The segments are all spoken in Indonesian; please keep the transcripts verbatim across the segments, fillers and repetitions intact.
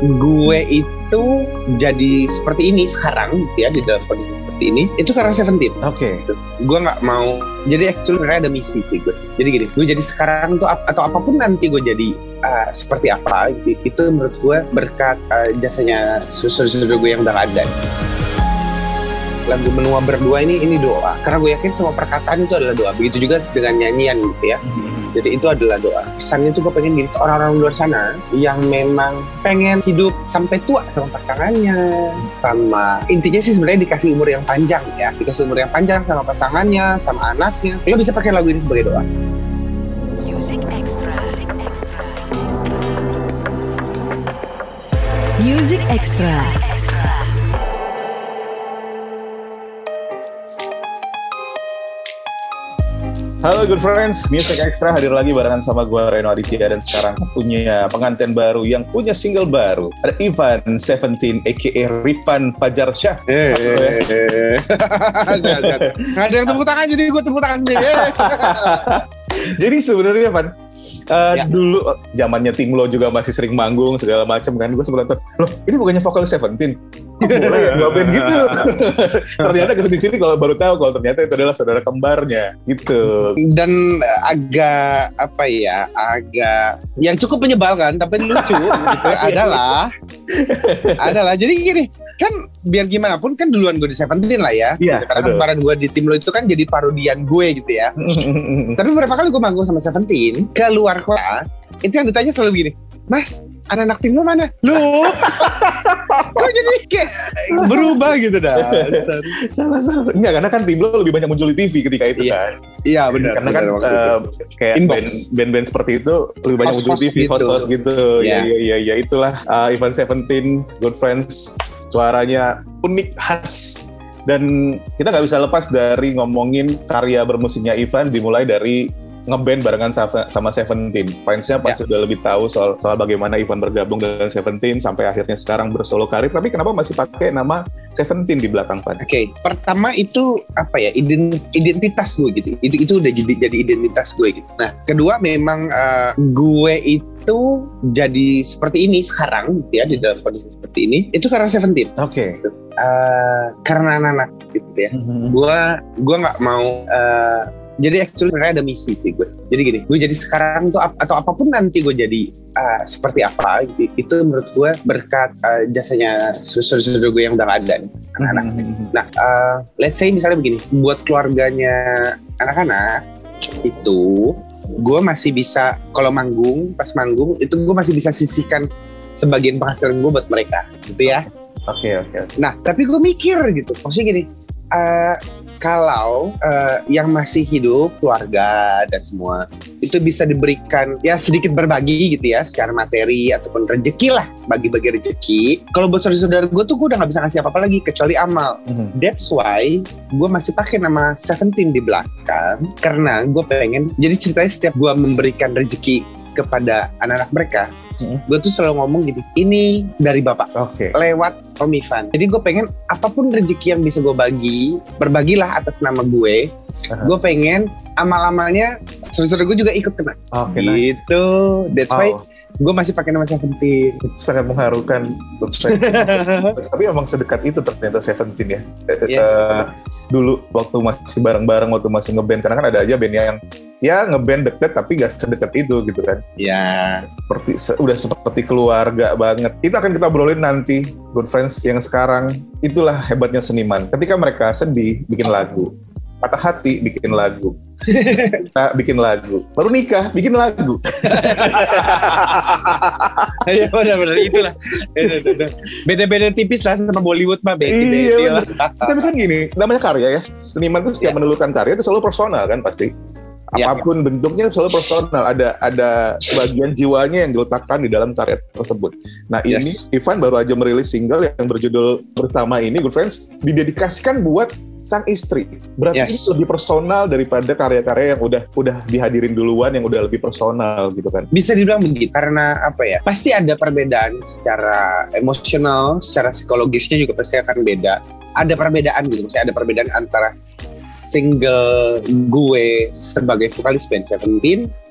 gue itu jadi seperti ini sekarang ya, di dalam kondisi seperti ini itu karena Seventeen. Oke. Okay. Gue nggak mau. Jadi actually sebenarnya ada misi sih gue. Jadi gini, gue jadi sekarang tuh atau apapun nanti gue jadi uh, seperti apa, itu menurut gue berkat uh, jasanya saudara-saudara gue yang udah ada. Lagu Menua Berdua ini ini doa, karena gue yakin semua perkataan itu adalah doa. Begitu juga dengan nyanyian gitu ya. Mm-hmm. Jadi itu adalah doa. Pesannya tuh gue pengen gitu orang-orang luar sana yang memang pengen hidup sampai tua sama pasangannya, sama intinya sih sebenarnya dikasih umur yang panjang ya, dikasih umur yang panjang sama pasangannya, sama anaknya. Lo bisa pakai lagu ini sebagai doa. Music Extra. Music Extra. Music Extra. Halo good friends, Music Extra hadir lagi barengan sama gue Reno Aditya, dan sekarang punya pengantin baru yang punya single baru. Ada Ivan Seventeen aka Rifan Fajar Syah. Hehehe. Nggak ada yang tepuk tangan, jadi gue tepuk tangan deh. Jadi sebenarnya Van, uh, ya. dulu zamannya Timlo juga masih sering manggung segala macam kan. Gue sebenarnya loh, ini bukannya vokal Seventeen? Oh, boleh ya dua band gitu. Ternyata kesini sini kalau baru tahu kalau ternyata itu adalah saudara kembarnya gitu. Dan agak apa ya, agak yang cukup menyebalkan tapi lucu gitu adalah adalah jadi gini, kan biar gimana pun kan duluan gue di Seventeen lah ya. Iya, karena kemarin gue di Timlo itu kan jadi parodian gue gitu ya. Tapi beberapa kali gue manggung sama Seventeen ke luar kota, itu yang ditanya selalu gini, Mas, anak-anak Timlo mana? Loh, kok jadi kayak berubah gitu dah. Salah salah. Enggak, karena kan Timlo lebih banyak muncul di T V ketika itu iya. kan. Iya benar. Karena kan uh, kayak band, band-band seperti itu lebih banyak muncul di T V, gitu. host-host gitu. Iya iya iya iya itulah uh, Ivan Seventeen, good friends. Suaranya unik, khas, dan kita nggak bisa lepas dari ngomongin karya bermusiknya Ivan, dimulai dari ngeband barengan sama Seventeen. Fansnya pasti ya. Udah lebih tahu soal soal bagaimana Ivan bergabung dengan Seventeen sampai akhirnya sekarang bersolo karir. Tapi kenapa masih pakai nama Seventeen di belakang Van? Oke, okay. Pertama itu apa ya, identitas gue gitu. Itu itu udah jadi jadi identitas gue gitu. Nah, kedua memang uh, gue itu itu jadi seperti ini sekarang gitu ya, di dalam kondisi seperti ini itu karena Seventeen. Oke. Okay. Uh, karena anak-anak gitu ya. Mm-hmm. Gue gue nggak mau. Uh, jadi actually sebenarnya ada misi sih gue. Jadi gini, gue jadi sekarang tuh atau apapun nanti gue jadi uh, seperti apa gitu, itu menurut gue berkat uh, jasanya saudara-saudara gue yang udah ada nih, anak-anak. Mm-hmm. Nah, uh, let's say misalnya begini, buat keluarganya anak-anak itu gue masih bisa, kalau manggung, pas manggung itu gue masih bisa sisihkan sebagian penghasilan gue buat mereka gitu ya. Oke okay, oke okay, okay. Nah tapi gue mikir gitu, maksudnya gini, uh, kalau uh, yang masih hidup, keluarga dan semua itu bisa diberikan ya sedikit berbagi gitu ya, secara materi ataupun rezeki lah, bagi-bagi rezeki. Kalau buat saudara-saudara gue tuh gue udah nggak bisa ngasih apa-apa lagi kecuali amal. Mm-hmm. That's why gue masih pakai nama Seventeen di belakang, karena gue pengen. Jadi ceritanya setiap gue memberikan rezeki kepada anak-anak mereka, mm-hmm. gue tuh selalu ngomong gini, ini dari Bapak, okay. lewat Om Ivan. Jadi gue pengen apapun rezeki yang bisa gue bagi, berbagilah atas nama gue. Uh-huh. Gue pengen amal-amalnya saudara-saudara gue juga ikut kena. Okay, gitu. Nice. That's why oh. gue masih pakai nama Seventeen. Itu sangat mengharukan. Tapi memang sedekat itu ternyata Seventeen ya. Yes. Uh, dulu waktu masih bareng-bareng, waktu masih ngeband, karena kan ada aja band yang ya ngeband deket tapi gak sedekat itu gitu kan. Ya. Seperti udah seperti keluarga banget. Itu akan kita obrolin nanti, good friends, yang sekarang. Itulah hebatnya seniman. Ketika mereka sedih, bikin lagu. Patah hati, bikin lagu. Kita bikin lagu. Baru nikah, bikin lagu. Ya benar-benar itulah. Beda-beda tipis lah sama Bollywood mah. Iya. Tapi kan gini, namanya karya ya. Seniman itu setiap ya. menelurkan karya itu selalu personal kan pasti. Apapun ya, bentuknya selalu personal, ada ada sebagian jiwanya yang diletakkan di dalam karya tersebut. Nah yes. ini Ivan baru aja merilis single yang berjudul Bersama Ini, good friends, didedikasikan buat sang istri. Berarti yes. ini lebih personal daripada karya-karya yang udah udah dihadirin duluan, yang udah lebih personal gitu kan. Bisa dibilang begitu, karena apa ya, pasti ada perbedaan secara emosional, secara psikologisnya juga pasti akan beda. Ada perbedaan gitu, maksudnya ada perbedaan antara single gue sebagai vokalis band Seventeen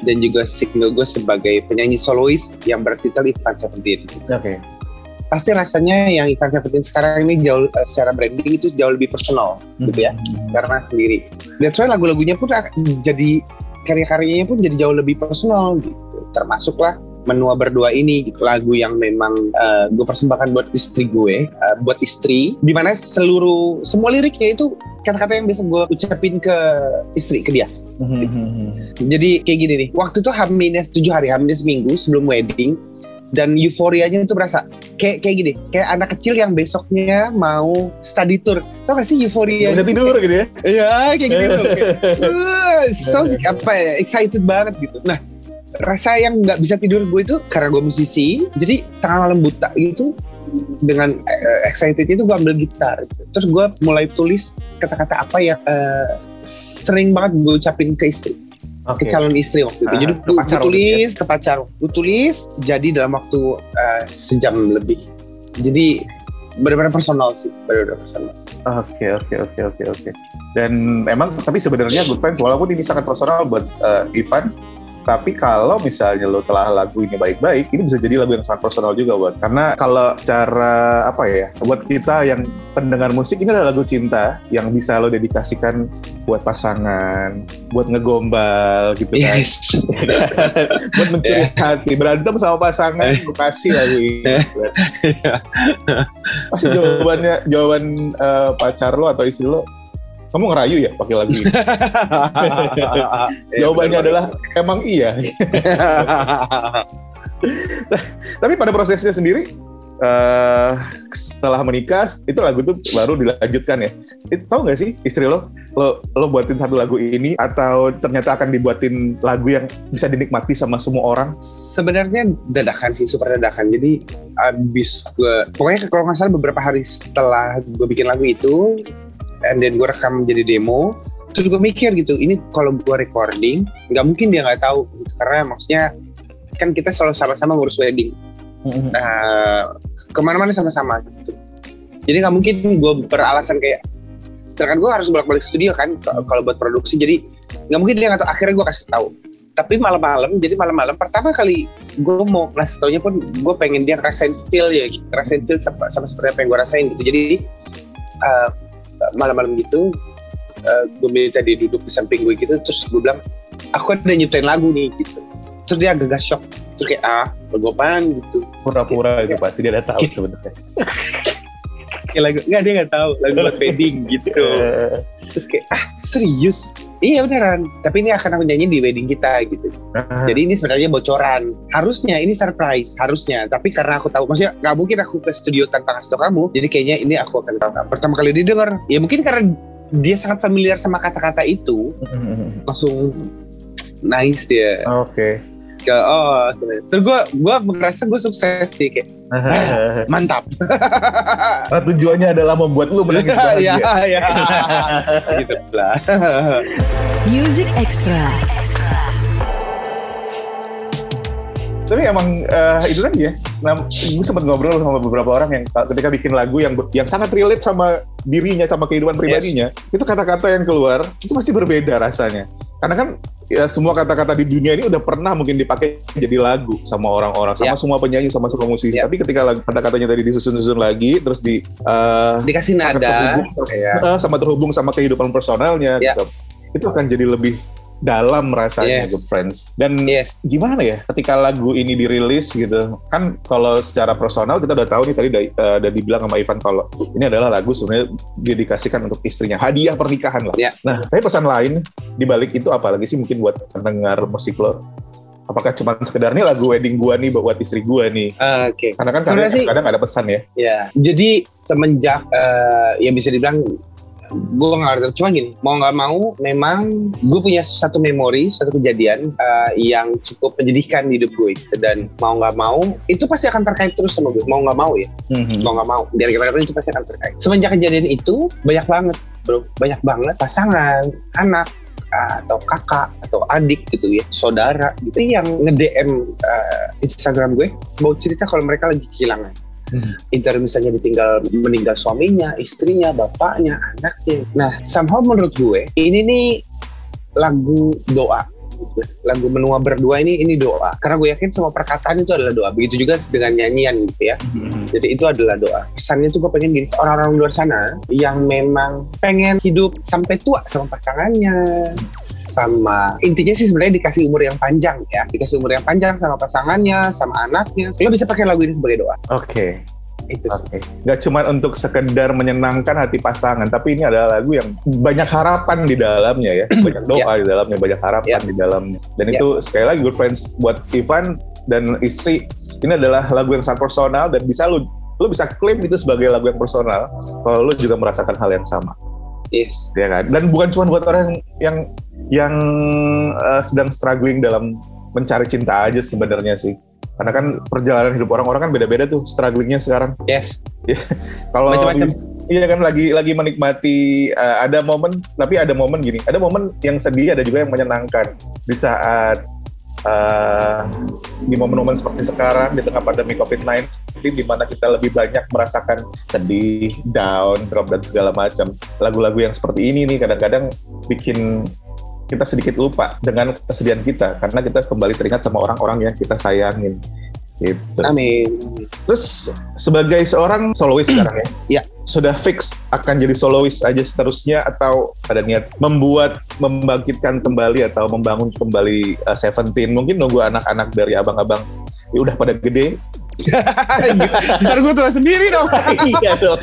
dan juga single gue sebagai penyanyi solois yang bertitel Ivan Seventeen. Oke. Okay. Pasti rasanya yang Ivan Seventeen sekarang ini jauh uh, secara branding itu jauh lebih personal, hmm. gitu ya, karena sendiri. That's why lagu-lagunya pun jadi karya-karyanya pun jadi jauh lebih personal, gitu. Termasuklah Menua Berdua ini, gitu. Lagu yang memang uh, gue persembahkan buat istri gue, uh, buat istri, dimana seluruh semua liriknya itu kata-kata yang biasa gue ucapin ke istri, ke dia. Mm-hmm. Jadi kayak gini nih, waktu itu H minus tujuh hari, H minus seminggu sebelum wedding, dan euforianya itu berasa kayak kayak gini, kayak anak kecil yang besoknya mau study tour. Tau gak sih euforia? Bisa tidur gitu ya? Iya, kayak gitu. Kayak, uh, so apa ya, excited banget gitu. Nah, rasa yang nggak bisa tidur gue itu karena gue musisi, jadi tengah malam buta gitu. Dengan uh, excited itu gue ambil gitar gitu. Terus gue mulai tulis kata-kata apa yang uh, sering banget gue ucapin ke istri, okay. ke calon istri waktu itu. Uh, jadi gue tulis ya? Ke pacar, gue tulis jadi dalam waktu uh, sejam lebih. Jadi benar-benar personal sih, benar-benar personal. Oke oke oke oke oke. Dan emang tapi sebenarnya Good Friends walaupun ini sangat personal buat uh, Ivan, tapi kalau misalnya lo telah lagu ini baik-baik, ini bisa jadi lagu yang sangat personal juga buat. Karena kalau cara apa ya, buat kita yang pendengar musik, ini adalah lagu cinta yang bisa lo dedikasikan buat pasangan, buat ngegombal gitu kan. Yes. Buat mencuri yeah. hati, berantem sama pasangan, lo kasih lagu ini. Pasti jawabannya, jawaban uh, pacar lo atau istri lo, kamu ngerayu ya pakai lagu ini? Jawabannya adalah emang iya. Nah, tapi pada prosesnya sendiri, uh, setelah menikah itu lagu itu baru dilanjutkan ya. Itu tahu nggak sih istri lo, lo lo buatin satu lagu ini atau ternyata akan dibuatin lagu yang bisa dinikmati sama semua orang? Sebenarnya dadakan sih, super dadakan. Jadi abis gue, pokoknya kalau nggak salah beberapa hari setelah gue bikin lagu itu, and then gue rekam jadi demo, terus gue mikir gitu, ini kalau gue recording nggak mungkin dia nggak tahu gitu. Karena maksudnya kan kita selalu sama-sama ngurus wedding, mm-hmm. nah, kemana-mana sama-sama gitu. Jadi nggak mungkin gue beralasan kayak, sedangkan gue harus bolak-balik studio kan kalau buat produksi, jadi nggak mungkin dia nggak tahu. Akhirnya gue kasih tahu, tapi malam-malam, jadi malam-malam pertama kali gue mau ngasih taunya pun gue pengen dia ngerasain feel ya, ngerasain feel sama, sama seperti apa yang gue rasain gitu. Jadi uh, malam-malam gitu, uh, gue minta dia duduk di samping gue gitu, terus gue bilang, aku ada nyiptain lagu nih gitu. Terus dia agak shock, terus kayak ah, lagu apaan gitu. Pura-pura gitu, pasti dia udah tahu sebenarnya. Kayak lagu, nggak, dia nggak tahu lagu buat wedding gitu. Terus kayak ah, serius? Iya beneran, tapi ini akan aku nyanyi di wedding kita gitu. Jadi ini sebenarnya bocoran. Harusnya ini surprise, harusnya. Tapi karena aku tahu, maksudnya nggak mungkin aku ke studio tanpa kasih tau kamu. Jadi kayaknya ini aku akan tahu. Pertama kali dia denger, ya mungkin karena dia sangat familiar sama kata-kata itu, langsung nice dia. Oke. Okay. Oh, terus gue gue merasa gue sukses sih kayak ah, mantap. Karena tujuannya adalah membuat lu menangis bahagia. Iya, iya. Gitu lah. Music Extra. Tapi emang uh, itu tadi ya. Nah, gue sempat ngobrol sama beberapa orang yang ketika bikin lagu yang yang sangat relate sama dirinya, sama kehidupan pribadinya, yes. Itu kata-kata yang keluar itu pasti berbeda rasanya. Karena kan ya, semua kata-kata di dunia ini udah pernah mungkin dipakai jadi lagu sama orang-orang, sama yeah. semua penyanyi, sama semua musisi. Yeah. Tapi ketika kata-katanya tadi disusun-susun lagi, terus di uh, dikasih nada, terhubung sama, yeah. sama terhubung sama kehidupan personalnya, yeah. gitu. Itu akan jadi lebih dalam rasanya, yes. Good Friends. Dan yes. gimana ya ketika lagu ini dirilis gitu kan, kalau secara personal kita udah tahu nih tadi udah, uh, udah dibilang sama Ivan kalau ini adalah lagu sebenarnya didedikasikan untuk istrinya, hadiah pernikahan lah. Yeah. Nah, tapi pesan lain dibalik itu apa lagi sih mungkin buat pendengar musik lo? Apakah cuma sekedar nih lagu wedding gua nih buat istri gua nih? Uh, Oke. Okay. Karena kan kadang-kadang ada pesan ya. Ya. Jadi semenjak uh, ya bisa dibilang gue nggak ngerti, cuma gini, mau nggak mau memang gue punya satu memori, satu kejadian uh, yang cukup menyedihkan di hidup gue, dan mau nggak mau itu pasti akan terkait terus sama gue, mau nggak mau ya, mm-hmm. mau nggak mau, biar gimana itu pasti akan terkait. Semenjak kejadian itu banyak banget bro, banyak banget pasangan, anak atau kakak atau adik gitu ya, saudara gitu yang nge-D M uh, Instagram gue mau cerita kalau mereka lagi kehilangan. Hmm. Either misalnya ditinggal, meninggal suaminya, istrinya, bapaknya, anaknya. Nah, somehow menurut gue ini nih lagu doa lagu Menua Berdua ini ini doa. Karena gue yakin semua perkataan itu adalah doa. Begitu juga dengan nyanyian gitu ya. Mm-hmm. Jadi itu adalah doa. Pesannya tuh gue pengen gini, orang-orang luar sana yang memang pengen hidup sampai tua sama pasangannya, sama intinya sih sebenarnya dikasih umur yang panjang ya. Dikasih umur yang panjang sama pasangannya, sama anaknya. Lo bisa pakai lagu ini sebagai doa. Oke. Okay. Itu okay. Gak cuma untuk sekedar menyenangkan hati pasangan, tapi ini adalah lagu yang banyak harapan di dalamnya ya, banyak doa yeah. di dalamnya, banyak harapan yeah. di dalamnya. Dan yeah. itu sekali lagi good friends buat Ivan dan istri, ini adalah lagu yang sangat personal dan bisa lu lu bisa klaim itu sebagai lagu yang personal kalau lu juga merasakan hal yang sama. Yes. Ya kan? Dan bukan cuma buat orang yang yang uh, sedang struggling dalam mencari cinta aja sebenarnya sih. Karena kan perjalanan hidup orang-orang kan beda-beda tuh strugglingnya sekarang. Yes. Kalau iya kan lagi lagi menikmati uh, ada momen, tapi ada momen gini, ada momen yang sedih, ada juga yang menyenangkan. Di saat uh, di momen-momen seperti sekarang di tengah pandemi covid sembilan belas, di mana kita lebih banyak merasakan sedih, down, drop dan segala macam. Lagu-lagu yang seperti ini nih kadang-kadang bikin kita sedikit lupa dengan kesedihan kita karena kita kembali teringat sama orang-orang yang kita sayangin gitu. Amin. Terus sebagai seorang solois sekarang ya, ya sudah fix akan jadi solois aja seterusnya atau ada niat membuat membangkitkan kembali atau membangun kembali uh, Seventeen? Mungkin nunggu anak-anak dari abang-abang ya udah pada gede. Ntar gue tua sendiri dong. Iya dong.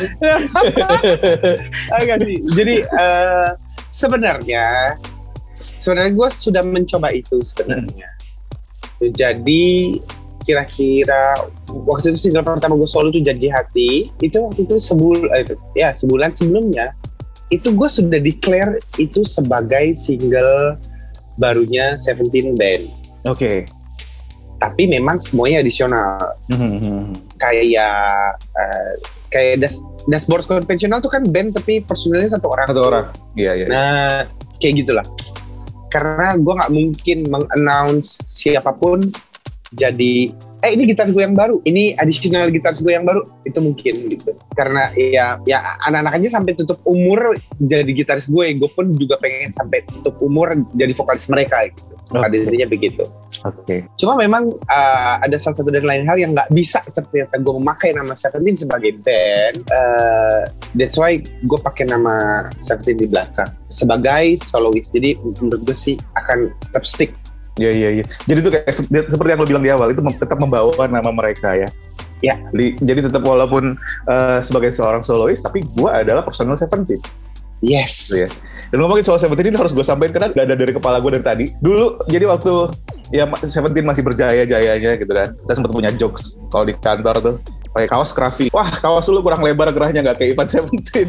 Agak sih. Jadi uh, sebenarnya Sebenarnya gue sudah mencoba itu sebenarnya. Hmm. Jadi kira-kira waktu itu single pertama gue solo itu Janji Hati. Itu waktu itu sebulan, ya sebulan sebelumnya itu gue sudah declare itu sebagai single barunya Seventeen band. Oke. Okay. Tapi memang semuanya adisional. Hmm. Kayak uh, kayak das, dashboard konvensional tuh kan band tapi personilnya satu orang. Satu orang. Iya iya. Nah kayak gitulah. Karena gue nggak mungkin meng-announce siapapun jadi eh ini gitaris gue yang baru, ini additional gitaris gue yang baru, itu mungkin gitu. Karena ya ya anak-anak aja sampai tutup umur jadi gitaris gue, gue pun juga pengen sampai tutup umur jadi vokalis mereka gitu. Pada okay. intinya begitu. Oke. Okay. Cuma memang uh, ada salah satu dan lain hal yang nggak bisa ternyata gue memakai nama Seventeen sebagai band. Uh, that's why gue pakai nama Seventeen di belakang sebagai soloist. Jadi menurut gue sih akan tetap stick. Iya iya iya. Jadi itu kayak seperti yang lo bilang di awal, itu tetap membawa nama mereka ya. Ya. Jadi, jadi tetap walaupun uh, sebagai seorang soloist, tapi gue adalah personal Seventeen. Yes. Gitu ya. Dan ngomongin soal Seventeen ini harus gue sampaikan karena gak ada dari kepala gue dari tadi. Dulu jadi waktu ya Seventeen masih berjaya-jayanya gitu kan, kita sempat punya jokes kalau di kantor tuh pakai kaos Krafi. Wah kaos lu kurang lebar gerahnya gak kayak Ivan Seventeen.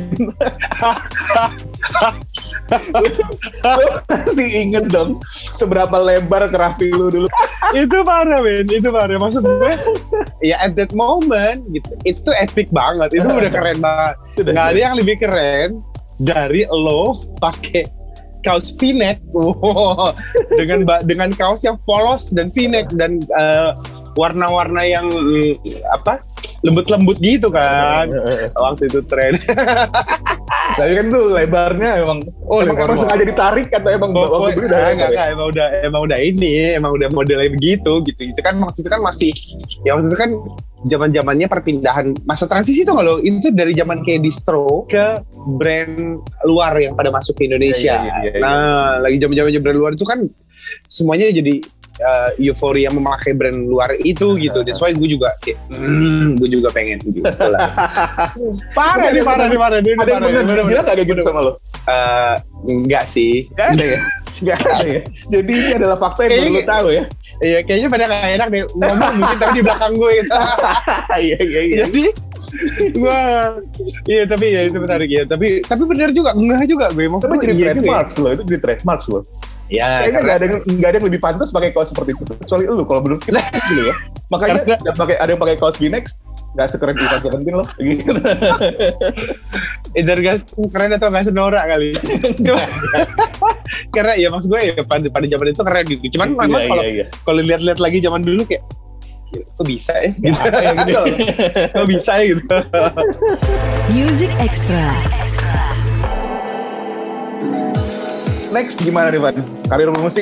Lu masih inget dong seberapa lebar Krafi lu dulu. Itu parah men, itu parah. Maksud gue ya at that moment gitu, itu epic banget, itu udah keren banget. Gak ada yang lebih keren dari lo pakai kaos V-neck wow, dengan dengan kaos yang polos dan V-neck dan uh, warna-warna yang uh, apa lembut-lembut gitu kan. Waktu itu tren. Tapi kan tuh lebarnya emang oh, emang, emang sengaja ditarik atau emang oh, waktu itu udah enggak, enggak, emang udah emang udah ini emang udah modelnya begitu gitu. Itu kan waktu itu kan masih ya waktu itu kan zaman-zamannya perpindahan masa transisi tuh kalau itu dari zaman kayak distro ke brand luar yang pada masuk ke Indonesia. Ya, ya, ya, ya, nah, ya. Lagi zaman-zamannya brand luar itu kan semuanya jadi uh, euforia memakai brand luar itu gitu. That's why gue juga kayak, mm, gue juga pengen gitu lah. Parah nih, parah nih, parah nih. Ada yang bener gila gak kayak gitu sama lo? Uh, enggak sih. Gak ada ya? Gak ada ya? Jadi ini adalah fakta yang perlu lo tahu ya? Iya, kayaknya pada gak enak deh ngomong mungkin tapi di belakang gue gitu. Iya, iya, iya. Jadi, gue, iya tapi ya itu menarik ya. Tapi tapi benar juga, enggak juga gue. Tapi jadi iya trademarks lo, itu jadi trademarks lo. Ya, kayaknya nggak ada nggak ada yang lebih pantas pakai kaos seperti itu kecuali lu kalau menurut kita gitu ya. Makanya ada pakai ada yang pakai kaos V-neck nggak sekeren Ivan Seventeen loh. Gitu. Either guys keren atau nggak senorak kali. Karena ya maksud gue ya pada pada zaman itu keren gitu. Cuman memang iya, kalau iya, iya. kalau lihat-lihat lagi zaman dulu kayak kok bisa ya? Gitu. Ya, gitu. Kok bisa ya gitu. Music Extra. Next gimana nih Van? Karir bermusik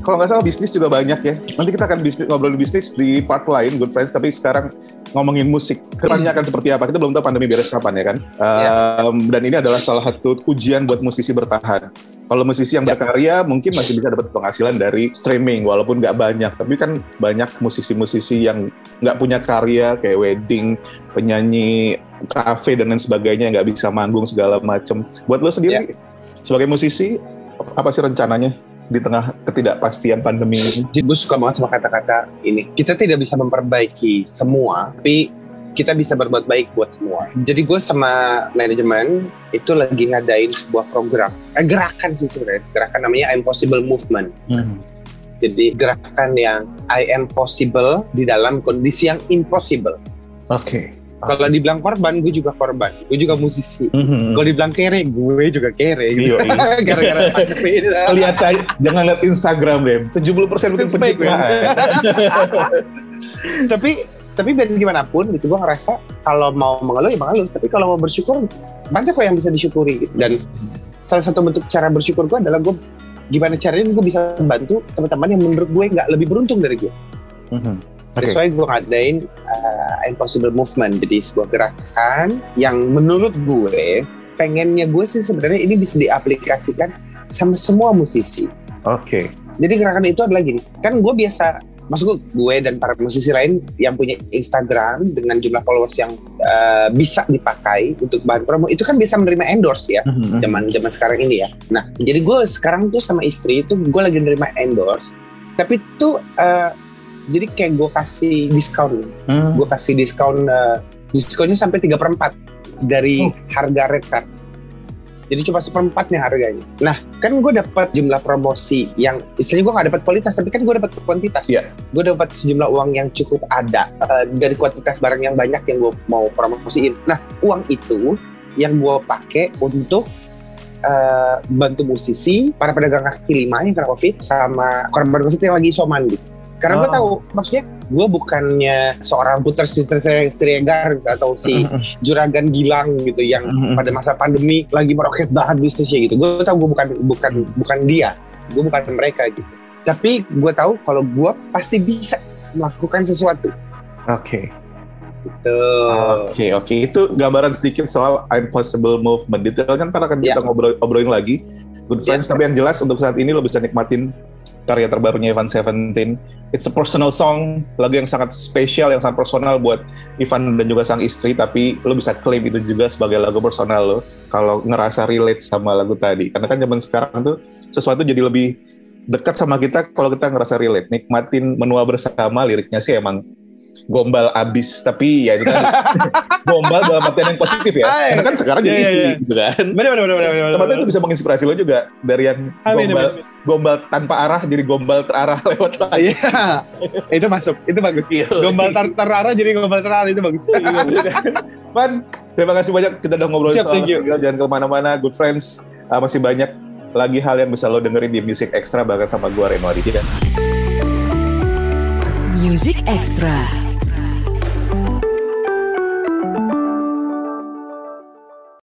kalau nggak salah bisnis juga banyak ya. Nanti kita akan bisnis, ngobrol bisnis di part lain, Good Friends. Tapi sekarang ngomongin musik, kedepannya akan seperti apa? Kita belum tahu pandemi beres kapan ya kan. Um, dan ini adalah salah satu ujian buat musisi bertahan. Kalau musisi yang berkarya mungkin masih bisa dapat penghasilan dari streaming, walaupun nggak banyak. Tapi kan banyak musisi-musisi yang nggak punya karya, kayak wedding, penyanyi, kafe dan lain sebagainya, yang nggak bisa manggung segala macem. Buat lo sendiri, yeah. sebagai musisi, apa sih rencananya di tengah ketidakpastian pandemi ini? Jadi gue suka banget sama kata-kata ini. Kita tidak bisa memperbaiki semua, tapi kita bisa berbuat baik buat semua. Jadi gue sama manajemen itu lagi ngadain sebuah program, eh, gerakan sih sebenarnya, gerakan namanya I Am Possible Movement. Hmm. Jadi gerakan yang I am possible di dalam kondisi yang impossible. Oke. Okay. Kalau dibilang korban, gue juga korban. Gue juga musisi. Mm-hmm. Kalau dibilang kere, gue juga kere. Gitu. Iya, iya. Gara-gara pandemi ini. Lihat aja, jangan lihat Instagram deh. tujuh puluh persen mungkin pencitraan. Tapi tapi biar gimana pun, gitu, gue ngerasa kalau mau mengeluh ya mengeluh. Tapi kalau mau bersyukur, banyak kok yang bisa disyukuri. Gitu. Dan salah satu bentuk cara bersyukur gue adalah gue gimana caranya gue bisa membantu teman-teman yang menurut gue nggak lebih beruntung dari gue. Mm-hmm. Okay. That's why gue ngadain uh, Impossible Movement. Jadi sebuah gerakan yang menurut gue, pengennya gue sih sebenarnya ini bisa diaplikasikan sama semua musisi. Oke. Okay. Jadi gerakan itu adalah gini, kan gue biasa, maksud gue dan para musisi lain yang punya Instagram dengan jumlah followers yang uh, bisa dipakai untuk bahan promo, itu kan bisa menerima endorse ya, mm-hmm. zaman zaman sekarang ini ya. Nah, jadi gue sekarang tuh sama istri itu gue lagi menerima endorse, tapi itu uh, jadi kayak gue kasih diskon, hmm. gue kasih diskon, uh, diskonnya sampai tiga per empat dari hmm. harga red card. Jadi cuma seperempatnya harganya. Nah, kan gue dapat jumlah promosi yang, istilahnya gue nggak dapat kualitas, tapi kan gue dapat kuantitas. Yeah. Gue dapat sejumlah uang yang cukup ada uh, dari kuantitas barang yang banyak yang gue mau promosiin. Nah, uang itu yang gue pakai untuk uh, bantu musisi, para pedagang kaki lima yang kena COVID, sama korban COVID yang lagi isoman gitu. Karena gue oh. tahu, maksudnya gue bukannya seorang Puter Siregar atau si Juragan Gilang gitu yang mm-hmm. pada masa pandemi lagi meroket banget bisnisnya gitu. Gue tahu gue bukan bukan bukan dia, gue bukan mereka gitu. Tapi gue tahu kalau gue pasti bisa melakukan sesuatu. Oke. Okay. Gitu. Oke okay, oke okay. Itu gambaran sedikit soal Impossible Movement. Detail kan ntar akan kita yeah. ngobrol obrolin lagi. Good Friends. Yeah. Tapi yang jelas untuk saat ini lo bisa nikmatin karya terbarunya Ivan Seventeen. It's a personal song, lagu yang sangat spesial, yang sangat personal buat Ivan dan juga sang istri, tapi lo bisa klaim itu juga sebagai lagu personal lo kalau ngerasa relate sama lagu tadi. Karena kan zaman sekarang tuh sesuatu jadi lebih dekat sama kita kalau kita ngerasa relate. Nikmatin menua bersama, liriknya sih emang gombal abis, tapi ya itu kan gombal dalam artian yang positif ya. Ay, karena kan sekarang jadi iya, istri iya. gitu kan. Benar benar benar benar. Tempatnya itu bisa menginspirasi lo juga dari yang gombal amin, amin. gombal tanpa arah jadi gombal terarah lewat lagi. Iya. Itu masuk, itu bagus. Gombal ter- terarah jadi gombal terarah, itu bagus. Man, terima kasih banyak kita udah ngobrol Siap, soal single, jangan kemana-mana. Good Friends, uh, masih banyak lagi hal yang bisa lo dengerin di Music Extra bahkan sama gua Reno Aditya. Music Extra.